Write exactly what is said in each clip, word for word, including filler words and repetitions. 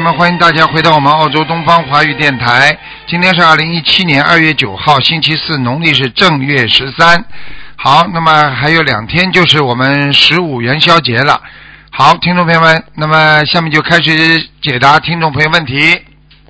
友们，欢迎大家回到我们澳洲东方华语电台。今天是二零一七年二月九号，星期四，农历是正月十三。好，那么还有两天就是我们十五元宵节了。好，听众朋友们，那么下面就开始解答听众朋友问题。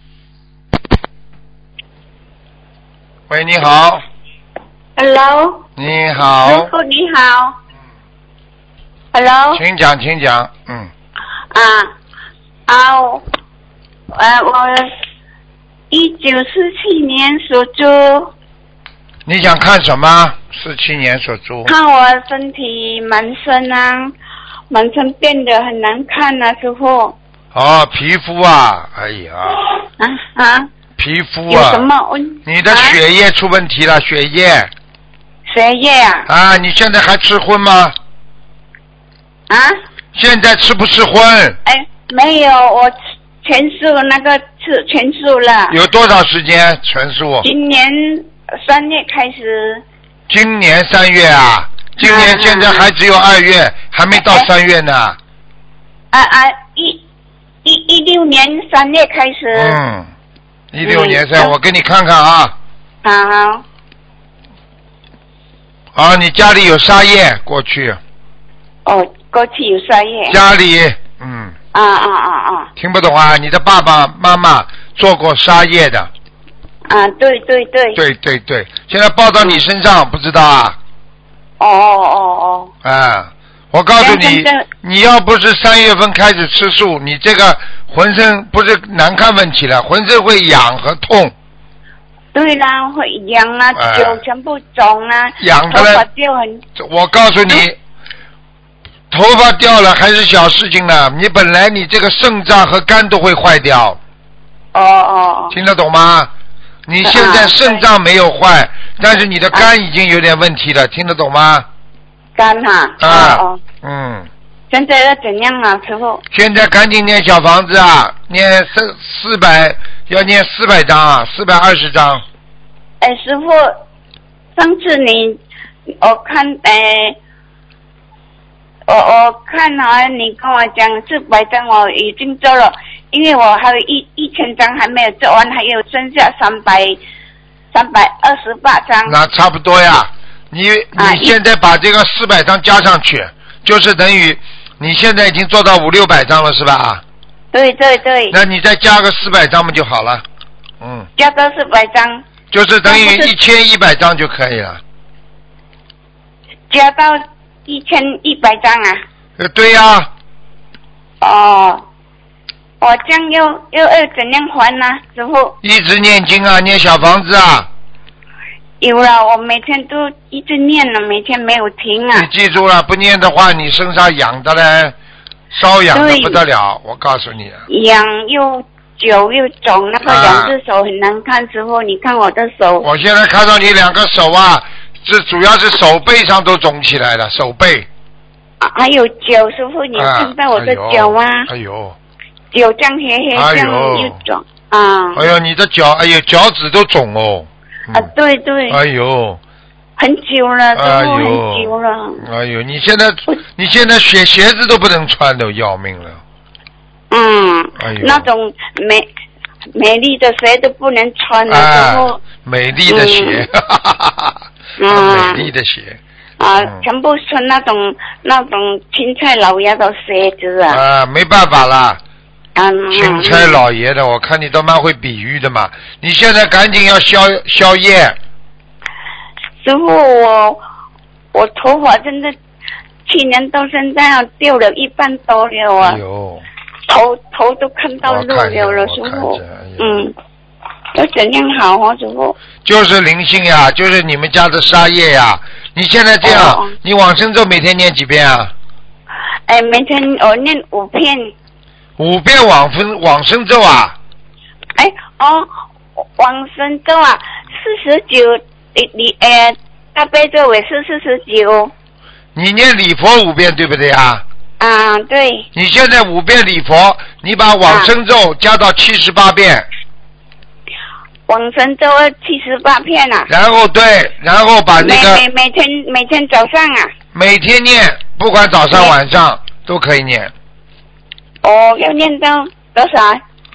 喂，你好。 Hello。 你好。 师傅你好。Hello。 请讲，请讲，嗯。 啊啊，我呃我一九四七年属猪。 你想看什么？四七年属猪。 看我身体满身啊，满身变得很难看啊，师傅。 哦，皮肤啊，哎呀。 啊啊。 皮肤啊。 有什么问？ 你的血液出问题了，血液。 血液啊。 啊，你现在还吃荤吗？ 啊？ 现在吃不吃荤？ 哎，没有，我全素那个吃全素了。 有多少时间全素？ 今年三月开始。 今年三月啊？今年现在还只有二月，啊、还没到三月呢。 啊啊，一一一六年三月开始。 嗯，一六年三、嗯，我给你看看啊。 好。 啊，你家里有沙叶过去。 哦。过去有沙叶。 家里，嗯。 啊啊啊啊！ 听不懂啊？你的爸爸妈妈做过沙叶的。 啊，对对对。 对对对，现在报到你身上，嗯、不知道啊？ 哦哦哦哦。 啊，我告诉你，你要不是三月份开始吃素，你这个浑身不是难看问题了，浑身会痒和痛。 对啦，会痒啊，脚、呃、全部肿啊， 痒的了。 头发就很。 我告诉你。嗯，头发掉了还是小事情呢，你本来你这个肾脏和肝都会坏掉。 哦哦。 听得懂吗？你现在肾脏没有坏，啊、但是你的肝已经有点问题了，啊、听得懂吗？ 肝哈。 啊。 哦哦。 嗯。 现在要怎样啊，师傅？ 现在赶紧念小房子啊，念四四百，要念四百张啊，四百二十张。 哎，师傅，上次你我看哎。我我看啊，你跟我讲四百张我已经做了，因为我还有一一千张还没有做完，还有剩下三百三百二十八张。 那差不多呀，你你现在把这个四百张加上去，就是等于你现在已经做到五六百张了，是吧？ 对对对。 那你再加个四百张不就好了？嗯。 加到四百张。 就是等于一千一百张就可以了。 加到。一千一百张啊！ 呃，对呀、啊。 哦，我这样又又要怎样还呢，师傅？ 一直念经啊，念小房子啊。 有了，我每天都一直念了，每天没有停啊。 你记住了，不念的话，你身上痒的嘞，瘙痒的不得了，我告诉你。 痒又久又肿，那个两只手很难看，师傅，你看我的手。 我现在看到你两个手啊。这主要是手背上都肿起来了，手背。 啊，还有脚，师傅，你看到我的脚吗？ 哎呦， 脚这样黑黑，这样又肿啊。 哎呦，你的脚，哎呦，脚趾都肿哦。 嗯、啊，对对。 哎呦。 很久了，师傅，很久了。 哎呦，你现在你现在鞋鞋子都不能穿，都要命了。 嗯。 哎呦。 那种美美丽的鞋都不能穿了，师傅、啊。 美丽的鞋。嗯啊， 美丽的鞋啊、嗯，全部穿那种那种青菜老爷的鞋子啊！ 啊，没办法啦， 嗯， 青菜老爷的，我看你都蛮会比喻的嘛。你现在赶紧要消消业。 师傅，我我头发真的去年到现在掉了一半多了啊！ 哎呦， 头头都看到路了了，师傅，嗯。要怎样好啊，师傅？ 就是灵性呀，就是你们家的沙叶呀。你现在这样，哦、你往生咒每天念几遍啊？ 哎，每天我念五遍。 五遍往生往生咒啊？ 哎哦，往生咒啊，四十九，你你呃，大悲咒也是四十九。 你念礼佛五遍对不对啊？ 啊，对。 你现在五遍礼佛，你把往生咒加到七十八遍。啊往生咒要七十八片啊， 然后对，然后把那个每每每天每天早上啊， 每天念，不管早上晚上都可以念。 哦，要念到多少？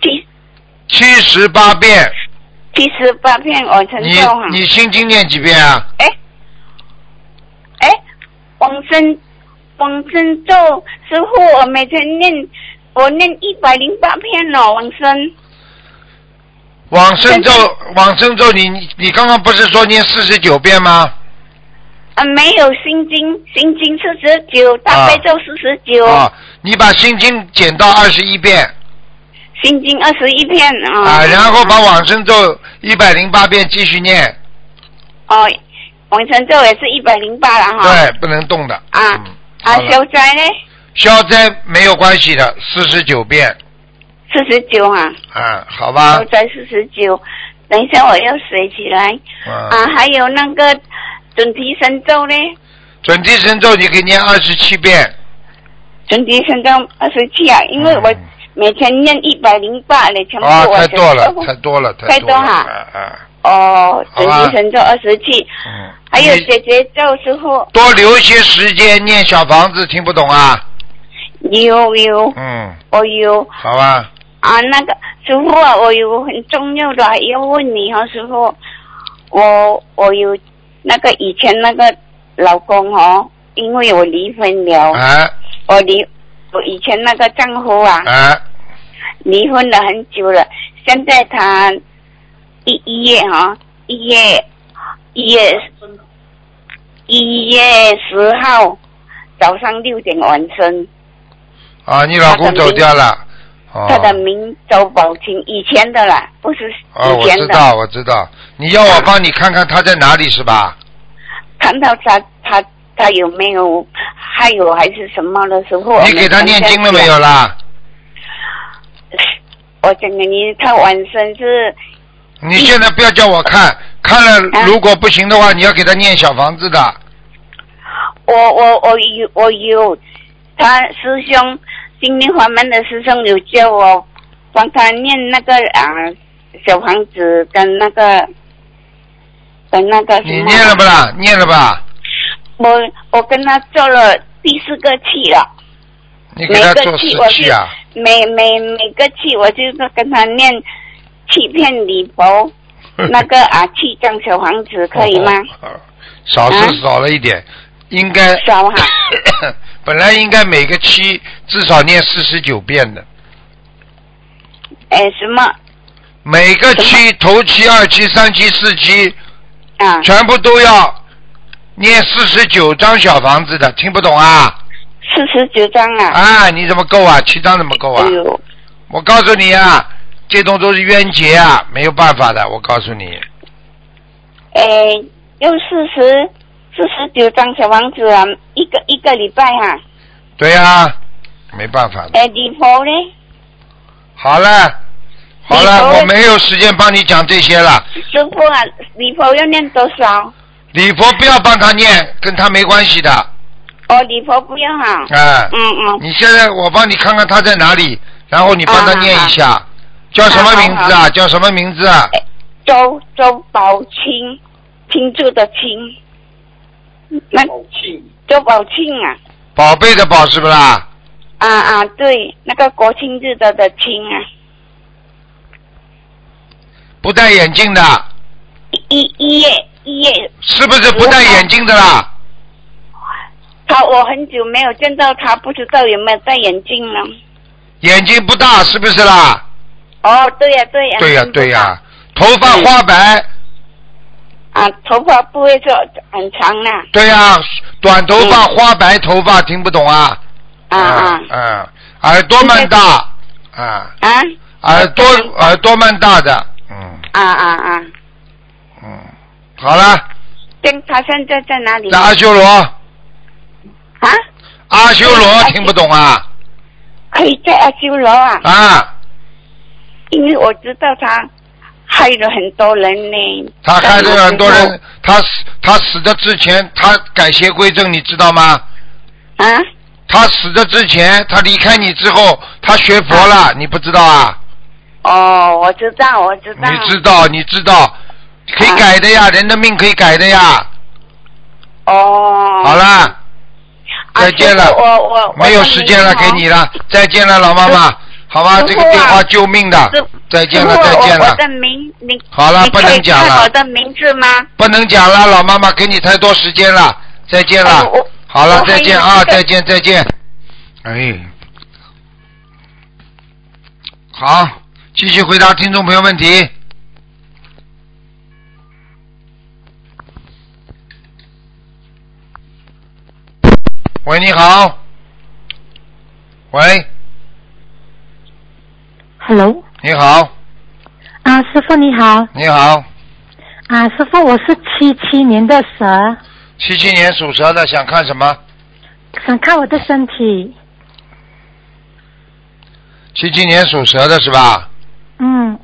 七十八遍。 七十八遍往生咒哈。 你你心经念几遍啊？ 哎哎，往生往生咒，师傅，我每天念，我念一百零八遍了，往生。 往生咒，往生咒你，你你刚刚不是说念四十九遍吗？ 啊，没有心经，心经四十九，大悲咒四十九。 啊，你把心经减到二十一遍。 心经二十一遍啊。 啊，然后把往生咒一百零八遍继续念。 哦，往生咒也是一百零八了哈。 对，不能动的。 啊、嗯、啊，消灾呢？ 消灾没有关系的，四十九遍。 四十九啊。 啊，好吧。 消灾四十九，等一下我要写起来。 啊, 啊，还有那个准提神咒呢？ 准提神咒你可以念二十七遍。 准提神咒二十七啊，因为我。嗯每天念一百零八嘞，全部啊，太多了，太多了， 太多哈。 啊啊。 哦，准提神咒二十七。嗯。还有姐姐咒师傅。 多留一些时间念小房子，听不懂啊？ 有有。 嗯。 我有。 好吧。 啊，那个师傅啊，我有很重要的要问你哈、哦，师傅，我我有那个以前那个老公哦，因为我离婚了。 啊。 我离。我以前那个丈夫啊， 啊离婚了很久了，现在他一一月哈、哦，一月一月一月十号早上六点晚生。 啊，你老公走掉了。 他的名周宝清，以前的啦，不是以前的。 哦，我知道，我知道。你要我帮你看看他在哪里是吧？ 看到他他。他有没有还有还是什么的时候？ 你给他念经了没有啦？ 我讲给你，他晚生是。 你现在不要叫我看，看了如果不行的话，啊、你要给他念小房子的。 我我我有我有，他师兄心灵法门的师兄有叫我帮他念那个啊小房子跟那个跟那个。 你念了不啦？念了吧？ 我我跟他做了第四个气了， 你给他做四气啊？ 每每每个气我就是跟他念七片礼佛，那个啊七张小房子可以吗？ 哦、少是少了一点，啊、应该少哈。 本来应该每个期至少念四十九遍的。 哎，什么？ 每个期头期、二期、三期、四期， 啊， 全部都要。念四十九张小房子的，听不懂啊？ 四十九张啊！ 啊，你怎么够啊？七张怎么够啊？ 哎呦！ 我告诉你啊，这种都是冤结啊，没有办法的，我告诉你。 哎，用四十四十九张小房子啊，一个一个礼拜哈、啊。 对呀、啊，没办法的。 哎，礼佛呢？ 好了，好了，我没有时间帮你讲这些了。 师傅啊，礼佛要念多少？ 礼佛不要帮他念，跟他没关系的。 哦，礼佛不要哈。 哎。 嗯嗯。 你现在我帮你看看他在哪里，然后你帮他念一下。啊、叫什么名字啊？啊叫什么名字啊？ 周周宝清，庆祝的庆。那周宝庆啊。 宝贝的宝是不是啦？ 啊啊，对，那个国庆日的的庆啊。 不戴眼镜的。 一一月。耶， 是不是不戴眼镜的啦？ 他我很久没有见到他，不知道有没有戴眼镜呢。 眼睛不大，是不是啦？ 哦，对呀、啊，对呀、啊。 对呀、啊，对呀、啊。头发花白。 啊，头发不会说很长啊。 对呀、啊，短头发、嗯、花白头发，听不懂啊？ 啊啊。 嗯，耳朵蛮大。啊。 啊。 耳朵耳朵蛮大的，嗯。 啊啊啊。 嗯。好了， 跟他现在在哪里？ 在阿修罗。 啊？ 阿修罗听不懂啊？ 可以在阿修罗啊？ 啊。 因为我知道他害了很多人呢。 他害了很多人，他死他死的之前，他改邪归正，你知道吗？ 啊？ 他死的之前，他离开你之后，他学佛了，啊、你不知道啊？ 哦，我知道，我知道。 你知道，你知道。可以改的呀、啊，人的命可以改的呀。 哦。 好了，再见了。 啊、我我没有时间了，给你了，再见了，老妈妈。 好吧，这个电话救命的。再见了，再见了。 我的名，你好了，不能讲了。 我的名字吗？ 不能讲了，老妈妈给你太多时间了。再见了。 哦、 好了，再见啊，再见，再见。哎，好，继续回答听众朋友问题。喂，你好。喂。 Hello。 你好。 啊，师傅你好。 你好。 啊，师傅，我是七七年的蛇。 七七年属蛇的，想看什么？ 想看我的身体。 七七年属蛇的是吧？ 嗯。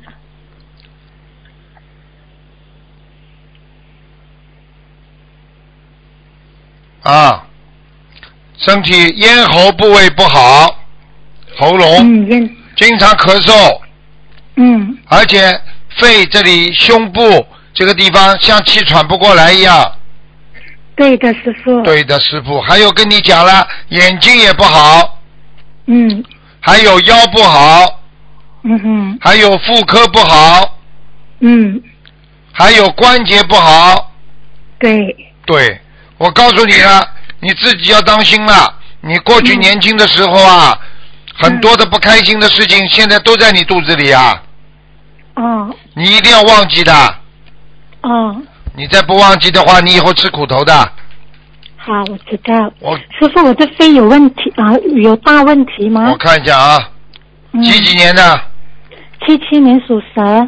啊，身体咽喉部位不好，喉咙， 嗯，咽， 经常咳嗽， 嗯， 而且肺这里、胸部这个地方像气喘不过来一样。 对的，师傅。 对的，师傅。还有跟你讲了，眼睛也不好。 嗯。 还有腰不好。 嗯哼。 还有妇科不好。 嗯。 还有关节不好。 对。 对，我告诉你了，你自己要当心了。你过去年轻的时候啊，嗯、很多的不开心的事情，现在都在你肚子里啊。 哦。 你一定要忘记的。 哦。 你再不忘记的话，你以后吃苦头的。 好，我知道。 我师傅，我的肺有问题啊？有大问题吗？ 我看一下啊， 嗯、 几几年的？ 七七年属蛇。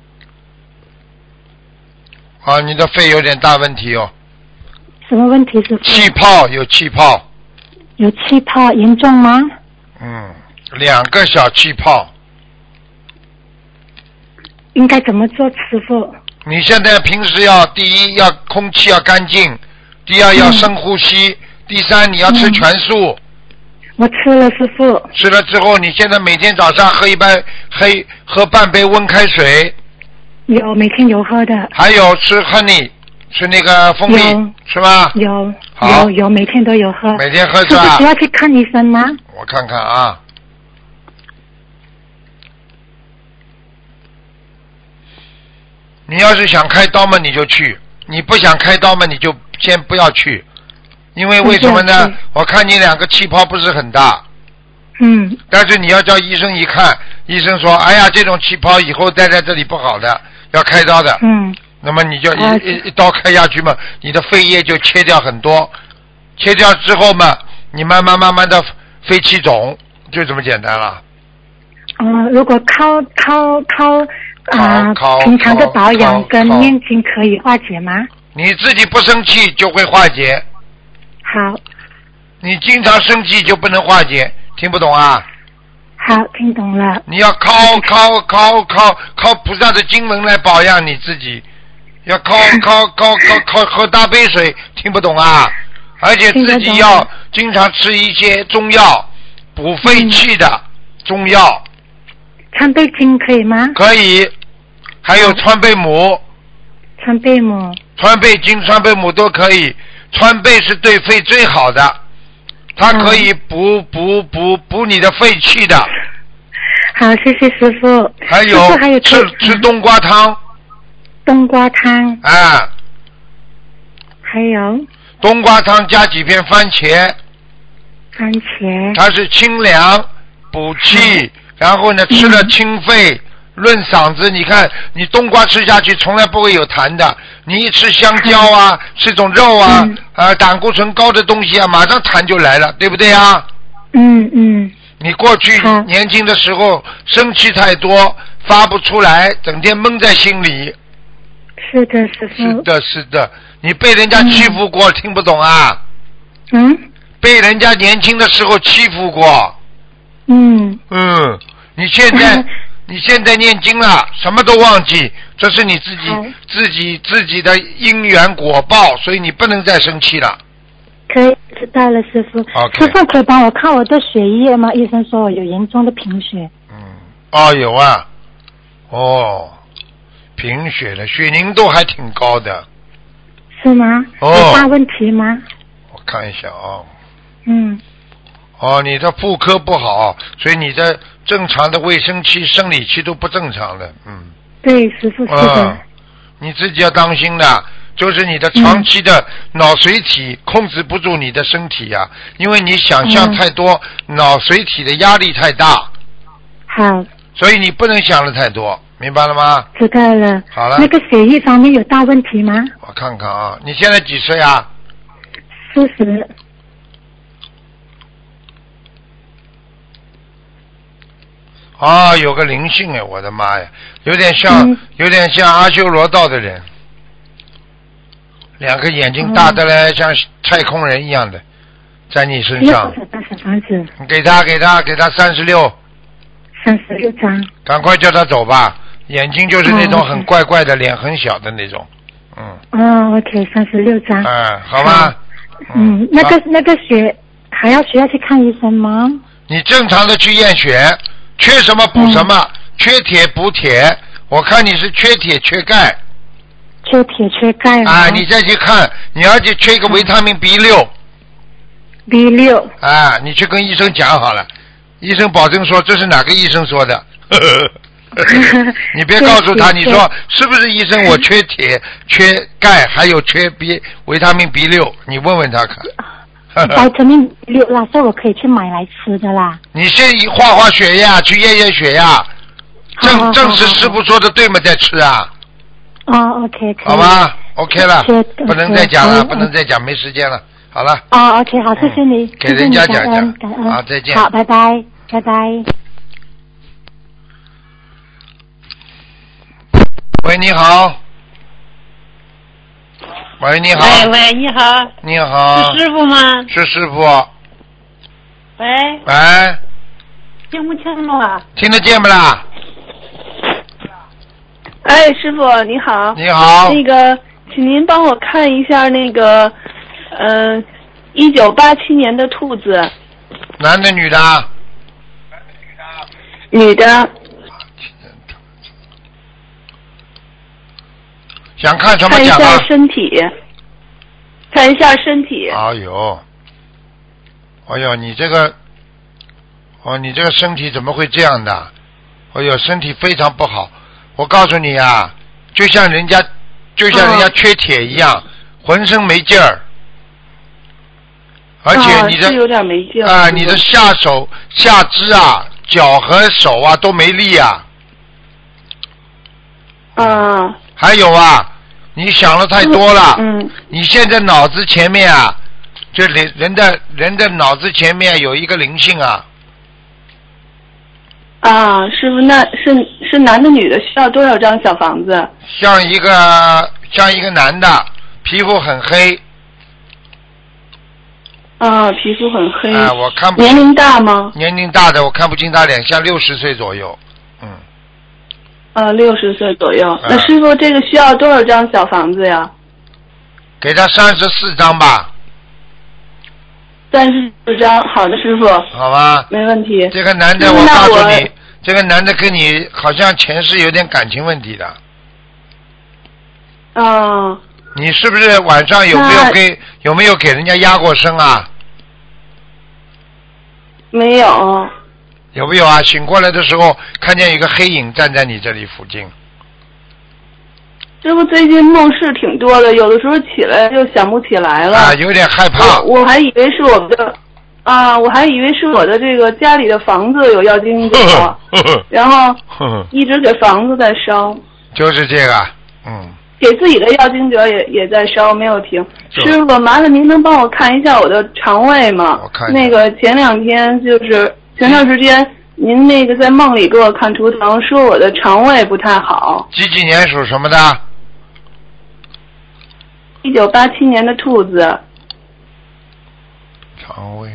啊，你的肺有点大问题哦。 什么问题，师傅？ 气泡，有气泡。 有气泡，严重吗？ 嗯，两个小气泡。 应该怎么做，师傅？ 你现在平时要第一要空气要干净，第二要深呼吸，嗯、第三你要吃全素。嗯、 我吃了，师傅。 吃了之后，你现在每天早上喝一杯黑喝半杯温开水。 有，每天有喝的。还有吃 honey， 吃那个蜂蜜，是吧？ 有，有有，每天都有喝。 每天喝是吧？ 师傅需要去看医生吗？ 我看看啊。你要是想开刀嘛，你就去；你不想开刀嘛，你就先不要去。因为为什么呢？我看你两个气泡不是很大。 嗯。 但是你要叫医生一看，医生说：“哎呀，这种气泡以后待在这里不好的，要开刀的。” 嗯。 那么你就一、啊、一一刀开下去嘛，你的肺叶就切掉很多，切掉之后嘛，你慢慢慢慢的肺气肿，就这么简单了。 哦、呃，如果靠靠靠啊、呃，平常的保养跟念经可以化解吗？ 你自己不生气就会化解。 好。 你经常生气就不能化解，听不懂啊？ 好，听懂了。 你要靠靠靠靠靠菩萨的经文来保养你自己，要靠靠靠靠靠喝大杯水，听不懂啊？而且自己要经常吃一些中药，补肺气的、嗯、中药。 川贝精可以吗？ 可以，还有川贝母。 川贝母。川贝精、川贝母都可以。川贝是对肺最好的，它可以补、嗯、补补补你的肺气的。 好，谢谢师傅。 还有， 师傅还有吃吃冬瓜汤。 冬瓜汤。 啊。 还有。 冬瓜汤加几片番茄。 番茄。 它是清凉补气。嗯，然后呢，吃了清肺、嗯、润嗓子。你看，你冬瓜吃下去从来不会有痰的。你一吃香蕉啊，嗯、吃种肉啊，嗯、啊，胆固醇高的东西啊，马上痰就来了，对不对啊？ 嗯嗯。 你过去年轻的时候生气太多，发不出来，整天闷在心里。 是的，师傅。 是的，是的。你被人家欺负过，嗯、听不懂啊？ 嗯。被人家年轻的时候欺负过。 嗯。 嗯。你现在你现在念经了，什么都忘记，这是你自己自己自己的因缘果报，所以你不能再生气了。 可以，知道了，师傅。 Okay. 师傅可以帮我看我的血液吗？医生说我有严重的贫血。 嗯，哦，有啊，哦，贫血的血凝度还挺高的。 是吗？ 哦。 有大问题吗？ 我看一下啊、哦。 嗯。 哦，你的妇科不好，所以你的正常的卫生期、生理期都不正常的，嗯。 对，师傅是的、 嗯。你自己要当心的，就是你的长期的脑髓体控制不住你的身体呀、啊嗯，因为你想象太多，嗯、脑髓体的压力太大。 好。 所以你不能想的太多，明白了吗？ 知道了。 好了。 那个血液方面有大问题吗？ 我看看啊，你现在几岁啊？ 四十。 啊，有个灵性哎，我的妈呀，有点像，嗯、有点像阿修罗道的人，两个眼睛大的嘞、嗯，像太空人一样的，在你身上。你给他，给他，给他三十六。 三十六张。 赶快叫他走吧，眼睛就是那种很怪怪的，哦、脸很小的那种，嗯。 哦 ，OK， 三十六张。 嗯，好吧。 嗯，那个那个血还要需要去看医生吗？ 你正常的去验血。缺什么补什么、嗯，缺铁补铁。我看你是缺铁缺钙。 缺铁缺钙啊！你再去看，你而且缺一个维他命 B 六。 B 六。 啊，你去跟医生讲好了，医生保证说这是哪个医生说的。呵呵你别告诉他，你说是不是医生？我缺铁、缺钙，还有缺 B 维他命 B 六，你问问他看。 维他命 B 六啦，所以我可以去买来吃的啦。 你先化化血压，去验验血压，证证实师傅说的对吗？再吃啊。 哦 ，OK， 可以。 好吧 ，OK 了，不能再讲了，不能再讲，没时间了。好了。 哦 ，OK， 好，谢谢你， 给人家讲讲。 感恩， 好，再见。 好，拜拜，拜拜。 喂，你好。喂，你好。 喂喂，你好。 你好。 是师傅吗？ 是师傅。 喂。 喂。 听不清楚啊？ 听得见不啦？ 哎，师傅你好。 你好。 那个，请您帮我看一下那个，嗯、呃，一九八七年的兔子。 男的女的？ 女的。 想看什么讲啊？ 看一下身体，看一下身体。 哎呦，哎呦，你这个，哦，你这个身体怎么会这样的？哎呦，身体非常不好。我告诉你啊，就像人家，就像人家缺铁一样，哦、浑身没劲儿。而且你的、 啊、是有点没劲啊、呃，你的下手、下肢啊、脚和手啊都没力啊。 啊。 还有啊，你想的太多了。 嗯。 你现在脑子前面啊，就人人的人的脑子前面有一个灵性啊。 啊，师傅，那是是男的女的？需要多少张小房子？ 像一个像一个男的，皮肤很黑。 啊，皮肤很黑。 啊，我看不。 年龄大吗？ 年龄大的，我看不清他脸，像六十岁左右。嗯。 呃，六十岁左右。那师傅，这个需要多少张小房子呀？ 给他三十四张吧。 三十四张，好的，师傅。 好吧。 没问题。 这个男的，我告诉你，这个男的跟你好像前世有点感情问题的。 哦。 你是不是晚上有没有给有没有给人家压过身啊？ 没有。 有没有啊？醒过来的时候看见有个黑影站在你这里附近。 师傅最近梦事挺多的，有的时候起来就想不起来了。 啊，有点害怕。 我, 我还以为是我的啊，我还以为是我的这个家里的房子有妖精者，然后一直给房子在烧。 就是这个，嗯。 给自己的妖精者也也在烧，没有停。师傅，麻烦您能帮我看一下我的肠胃吗？ 我看。 那个前两天就是前段时间。您那个在梦里给我看图腾，说我的肠胃不太好。 几几年属什么的？ 一九八七年的兔子。 肠胃。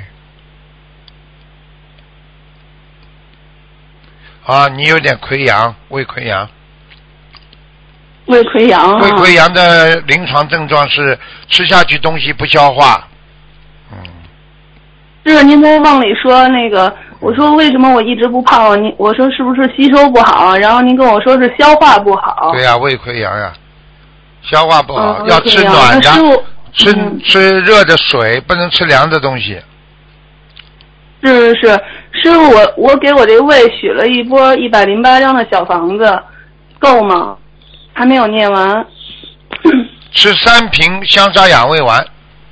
啊，你有点溃疡，胃溃疡。 胃溃疡啊。 胃溃疡的临床症状是吃下去东西不消化。嗯。 是您在梦里说那个。我说为什么我一直不胖？您我说是不是吸收不好？然后您跟我说是消化不好。 对呀、啊，胃溃疡呀，消化不好， 嗯、 要吃暖的， 吃、嗯、吃、嗯、 吃热的水，不能吃凉的东西。 是是，师傅，我我给我这胃许了一波一百零八张的小房子，够吗？还没有念完。 吃三瓶香砂养胃丸。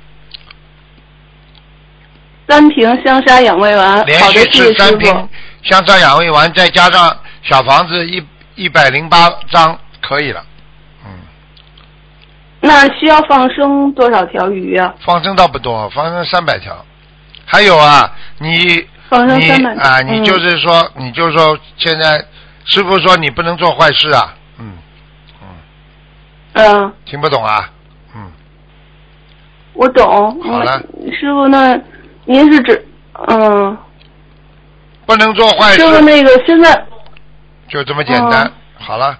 三瓶香砂养胃丸， 连续吃三瓶香砂养胃丸，再加上小房子一一百零八张，可以了。嗯。 那需要放生多少条鱼啊？ 放生倒不多，放生三百条。还有啊，你放生三百你啊，你就是说，嗯、你就是说，现在师傅说你不能做坏事啊，嗯嗯。 嗯。 听不懂啊？嗯。 我懂。 好了。 师傅，那您是指嗯？ 不能做坏事。 师傅，那个现在。 就这么简单， 嗯、 好了。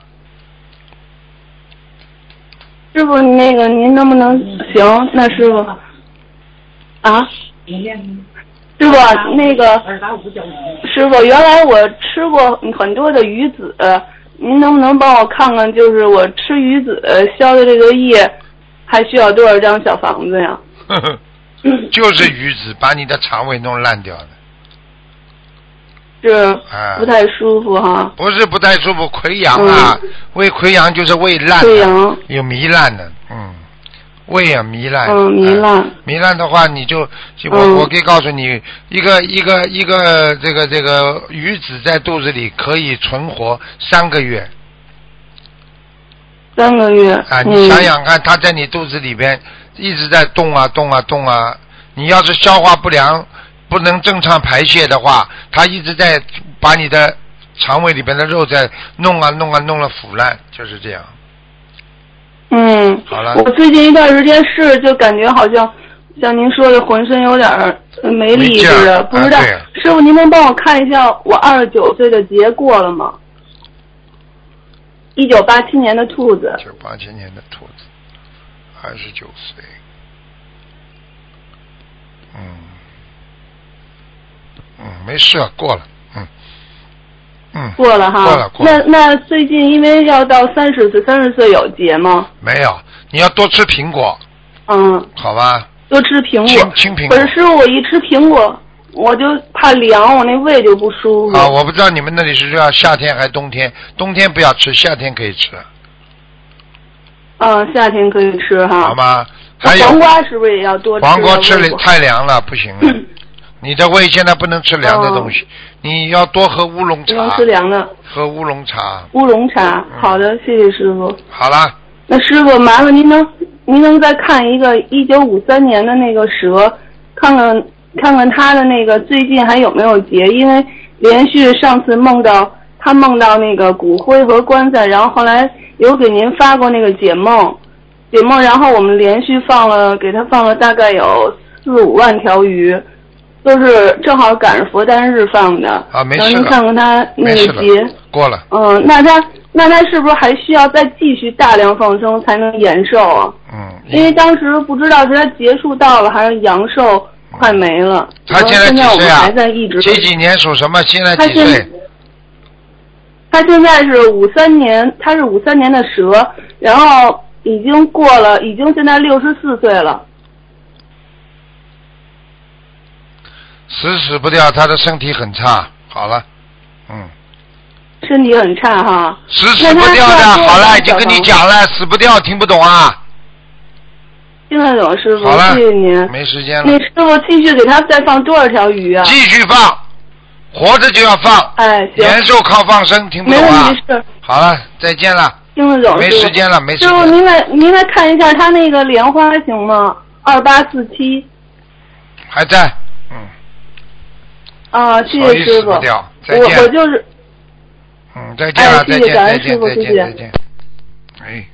师傅，那个您能不能行？那师傅啊，师傅那个师傅，原来我吃过很多的鱼子，您能不能帮我看看，就是我吃鱼子消的这个业，还需要多少张小房子呀？ 呵呵，就是鱼子把你的肠胃弄烂掉了。 是不太舒服哈、啊， 不是不太舒服，溃疡啊，嗯、胃溃疡就是胃烂溃疡有糜烂的，嗯，胃啊糜烂， 嗯，糜烂， 呃、糜烂的话，你就就我、嗯、我可以告诉你，一个一个一个这个这个鱼子在肚子里可以存活三个月， 三个月啊，你想想看，它在你肚子里边一直在动啊动啊动啊，你要是消化不良。不能正常排泄的话，它一直在把你的肠胃里边的肉在弄啊弄啊弄了腐烂，就是这样。 嗯， 好了。 我最近一段时间是就感觉好像像您说的浑身有点没力似的，不知道、啊、师傅您能帮我看一下我二十九岁的节过了吗？一九八七年的兔子。 一九八七年的兔子，二十九岁。嗯。嗯，没事，过了，嗯，嗯， 过了哈， 过了，过了。 那那最近因为要到三十岁，三十岁有节吗？ 没有，你要多吃苹果。 嗯。 好吧。 多吃苹果。 青青苹果。 可是我一吃苹果，我就怕凉，我那胃就不舒服。 啊，我不知道你们那里是要夏天还是冬天，冬天不要吃，夏天可以吃。 嗯，夏天可以吃哈。 好吗？还有黄瓜是不是也要多吃？ 黄瓜吃了太凉了，不行了。你的胃现在不能吃凉的东西，哦、你要多喝乌龙茶。 不能吃凉的。 喝乌龙茶。 乌龙茶， 嗯、 好的，谢谢师傅。 好了。 那师傅，麻烦您能您能再看一个一九五三年的那个蛇，看看看看他的那个最近还有没有结？因为连续上次梦到他梦到那个骨灰和棺材，然后后来有给您发过那个解梦，解梦，然后我们连续放了给他放了大概有四五万条鱼。都是正好赶上佛诞日放的啊，没事了。 然后您看看他那个节过了。 嗯，那他那他是不是还需要再继续大量放生才能延寿啊？ 嗯。 因为当时不知道是他结束到了还是阳寿快没了。 嗯、他现在几岁啊？ 还在一直。 几几年属什么？现在几岁？ 他现在是五三年，他是五三年的蛇，然后已经过了，已经现在六十四岁了。 死死不掉，他的身体很差。好了，嗯， 身体很差哈。 死死不掉的，好了，已经跟你讲了，死不掉，听不懂啊？ 听得懂，师傅， 好了， 谢谢您。 没时间了。 那师傅继续给他再放多少条鱼啊？ 继续放，活着就要放。 哎，行。 延寿靠放生，听不懂啊？ 没问题，是。 好了，再见了。 听得懂。 没时间了，没时间。 师傅，您来您来看一下他那个莲花行吗？二八四七。 还在，嗯。 啊，谢谢师傅。 我我就是。 嗯，再见了，再见，再见，再见，再见。哎，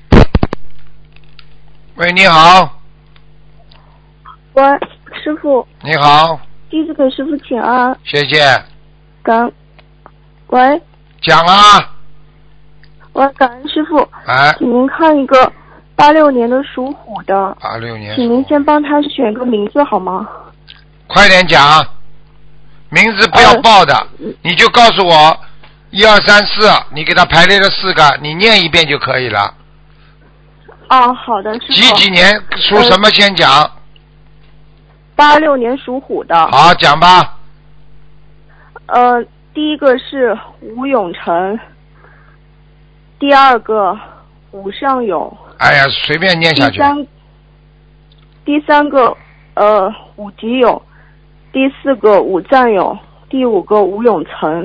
喂，你好。 喂，师傅。 你好。 弟子给师傅请安。 谢谢。 感，喂。 讲啊。 喂，感恩师傅。 哎。 请您看一个八六年的属虎的。 八六年。 请您先帮他选个名字好吗？ 快点讲。名字不要报的，呃、你就告诉我一二三四，你给他排列了四个，你念一遍就可以了。 哦，好的，师傅。 几几年属什么先讲？ 八六年属虎的。 好，讲吧。 呃，第一个是吴永成，第二个吴尚勇。 哎呀，随便念下去。 第三，第三个呃吴吉勇，第四个吴占勇，第五个吴永成。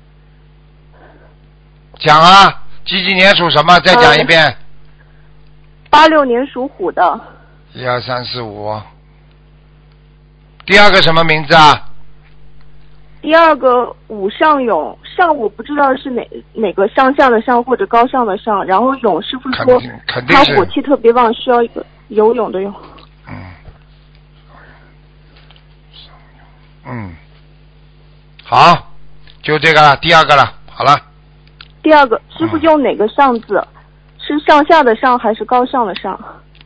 讲啊，几几年属什么？再讲一遍。 八六年属虎的。 一二三四五。第二个什么名字啊？ 第二个武上勇，上我不知道是哪哪个上下的上或者高尚的上，然后勇师傅说他火气特别旺，需要一个游泳的泳。 嗯。嗯。好，就这个了，第二个了，好了。 第二个师傅用哪个上字？嗯、是上下的上还是高尚的上？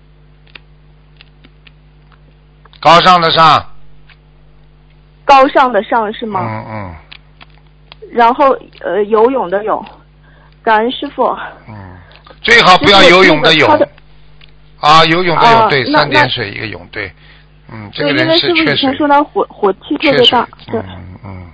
高尚的上。 高尚的上是吗？ 嗯嗯。 然后呃，游泳的泳，感恩师傅。 嗯，最好不要游泳的泳。 的啊，游泳的泳、 啊、 对，三点水一个泳对。嗯，这个人是确实。对，因为师傅以前说他火火气特别大。对。 嗯嗯。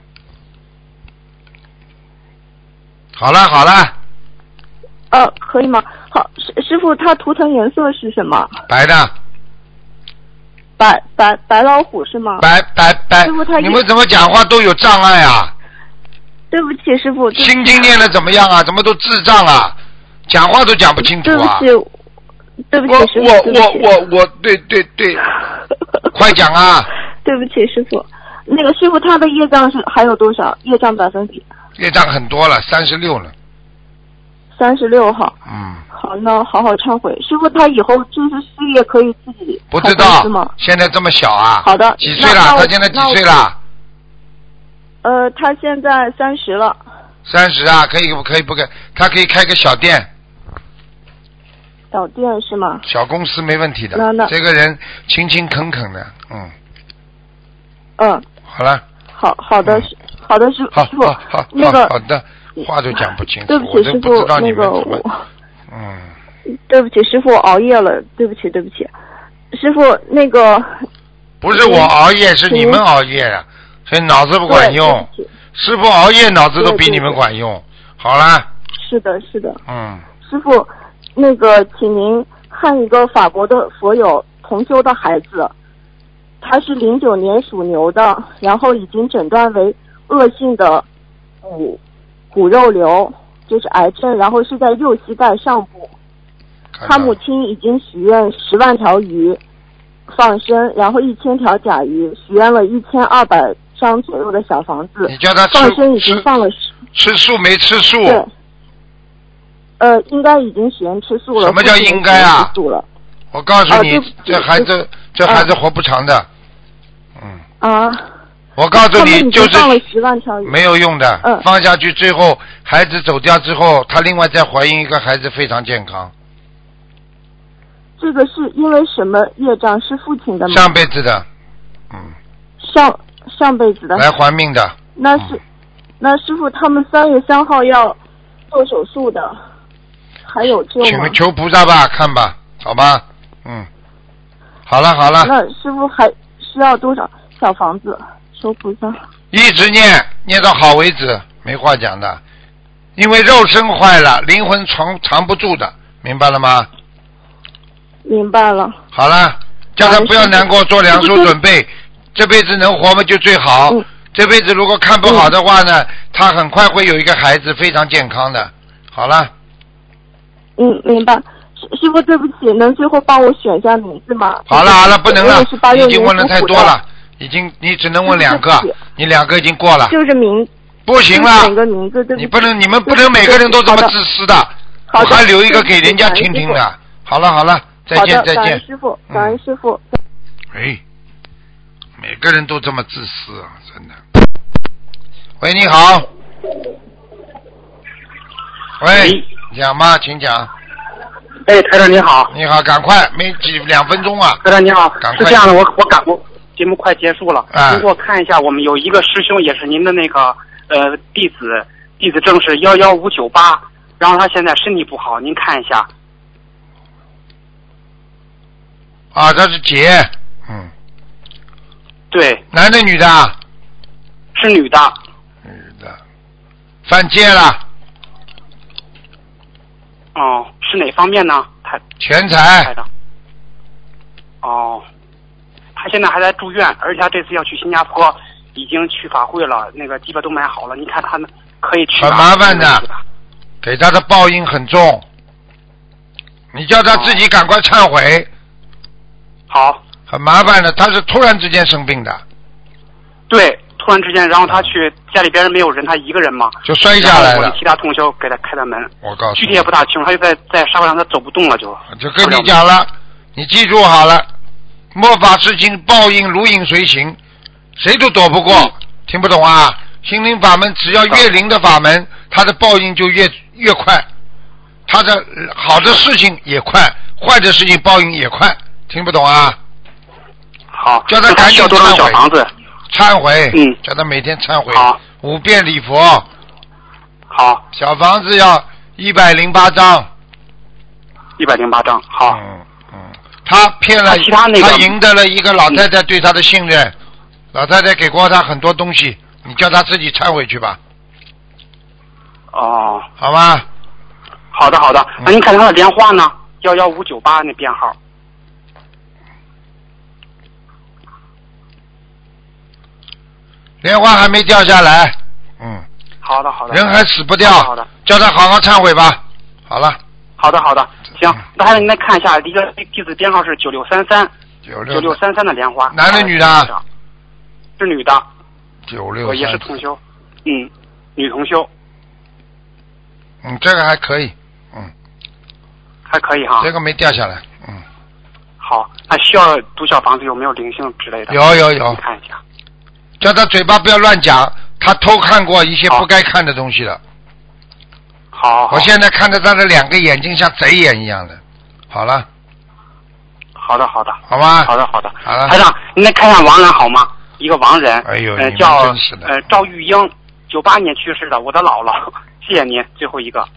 好了好了。 呃，可以吗？好，师师傅，他图腾颜色是什么？ 白的。 白白白老虎是吗？ 白白白， 师傅他你们怎么讲话都有障碍啊？ 对不起，师傅。 心经念的怎么样啊？怎么都智障啊？讲话都讲不清楚啊！ 对不起，对不起，师傅。 我我我我，对对对，快讲啊！ 对不起，师傅。那个师傅，他的业障是还有多少？业障百分比？ 业障很多了，三十六了。 三十六号。 嗯。 好，那好好忏悔。师傅，他以后就是事业可以自己不知道吗？ 现在这么小啊？ 好的。 几岁了？他现在几岁了？ 呃，他现在三十了。 三十啊，可以不可以不可以？他可以开个小店。 小店是吗？ 小公司没问题的。 那那这个人勤勤恳恳的，嗯。 嗯。 好了。 好好的，是、嗯、好的，师傅。 好，好，好， 那个好的，话都讲不清楚。 对不起，师傅，那个我。 嗯。 对不起，师傅熬夜了，对不起，对不起，师傅那个。 不是我熬夜，是你们熬夜啊，所以脑子不管用。师傅熬夜脑子都比你们管用。好啦。 是的，是的。 嗯。 师傅，那个，请您看一个法国的佛友同修的孩子，他是零九年属牛的，然后已经诊断为恶性的骨骨肉瘤，就是癌症，然后是在右膝盖上部。他母亲已经许愿十万条鱼放生，然后一千条甲鱼，许愿了一千二百张左右的小房子。 你叫他吃放生已经放了十。 吃素没吃素？ 对。呃，应该已经许愿吃素了。 什么叫应该啊？ 素了。 我告诉你，啊、这孩子，这孩子活不长的。嗯。 啊。 我告诉你，就是放了十万条鱼没有用的。 嗯。 放下去，最后孩子走掉之后，他另外再怀孕一个孩子，非常健康。 这个是因为什么业障？是父亲的吗？ 上辈子的，嗯。 上上辈子的。 来还命的。 那是，嗯、那师傅他们三月三号要做手术的，还有救吗？ 求求菩萨吧，看吧，好吧，嗯。好了好了。 那师傅还需要多少小房子？求菩萨。 一直念，念到好为止，没话讲的。因为肉身坏了，灵魂藏藏不住的，明白了吗？ 明白了。 好了，叫他不要难过，做两手准备。这辈子能活嘛就最好。 嗯、 这辈子如果看不好的话呢，嗯、他很快会有一个孩子非常健康的。好了。 嗯，明白。师傅，对不起，能最后帮我选一下名字吗？ 好了好了，不能了，已经问的太多了，已经你只能问两个，你两个已经过了。 就是名。 不行了。 选个名字，对不起。 你不能，你们不能每个人都这么自私的。 好的。 我还留一个给人家听听的。好了好了。再见再见， 感恩师傅，感恩师傅。 哎，每个人都这么自私啊，真的。喂，你好。喂，讲吧，请讲。 哎，台长你好。 你好，赶快，没几两分钟啊。 台长你好， 赶快。 是这样的，我我赶我节目快结束了， 啊、 您给我看一下，我们有一个师兄也是您的那个呃弟子，弟子证是幺幺五九八，然后他现在身体不好，您看一下。 啊，这是姐，嗯， 对， 男的女的？ 是女的。 犯戒了。 哦，是哪方面呢？他钱财。 哦，他现在还在住院，而且他这次要去新加坡，已经去法会了，那个机票都买好了。你看他们可以去。 很麻烦的，给他的报应很重。你叫他自己赶快忏悔。 好。 很麻烦的，他是突然之间生病的。 对，突然之间，然后他去家里边没有人，他一个人嘛， 就摔下来了。 我们其他同学给他开的门。 我告诉你， 具体也不大清楚，他就在在沙发上，他走不动了就。 就跟你讲了，你记住好了，末法事情报应如影随形，谁都躲不过。嗯、听不懂啊？心灵法门只要越灵的法门，它的报应就越越快，它的好的事情也快，坏的事情报应也快。听不懂啊？ 好， 叫他赶紧多张小房子， 忏悔， 嗯， 叫他每天忏悔， 好， 五遍礼佛， 好， 小房子要一百零八张， 一百零八张，好， 嗯嗯，他骗了， 其他那个， 他赢得了一个老太太对他的信任，嗯、老太太给过他很多东西，你叫他自己忏悔去吧。 哦， 好吧， 好的好的，那您看他的莲花呢？幺幺五九八那编号。 莲花还没掉下来，嗯， 好的好的， 人还死不掉， 好的， 叫他好好忏悔吧。好了， 好的好的，行，那还有您再看一下，一个弟子编号是九六三三， 九六九六三三的莲花， 男的女的？ 是女的， 九六也是同修，嗯，女同修， 嗯，这个还可以，嗯， 还可以哈， 这个没掉下来，嗯， 好，那需要读小房子有没有灵性之类的？ 有有有， 看一下。 叫他嘴巴不要乱讲，他偷看过一些不该看的东西了。 好，好我现在看着他的两个眼睛像贼眼一样的。好了。 好的，好的。 好吗？ 好的，好的。 好了。 台长，您来看一下亡人好吗？一个亡人， 哎呦， 呃，叫呃赵玉英，九八年去世的，我的姥姥。谢谢您，最后一个。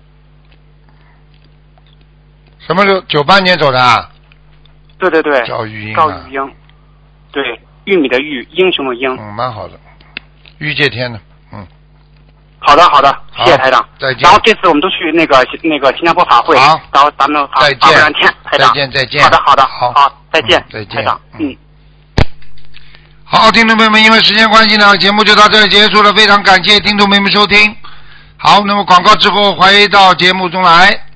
什么时候？九八年走的啊？ 对对对。 赵玉英、 啊。赵玉英，对。玉米的玉，英雄的英。 嗯，蛮好的，玉界天的，嗯。 好的，好的，谢谢台长。 再见。 然后这次我们都去那个那个新加坡法会， 好， 然后咱们法再见， 法会两天，台长。 再见，再见。 好的，好的， 好， 好，再见， 嗯、再见， 台长，嗯。 好，听众朋友们，因为时间关系呢，节目就到这里结束了，非常感谢听众朋友们收听。好，那么广告之后回到节目中来。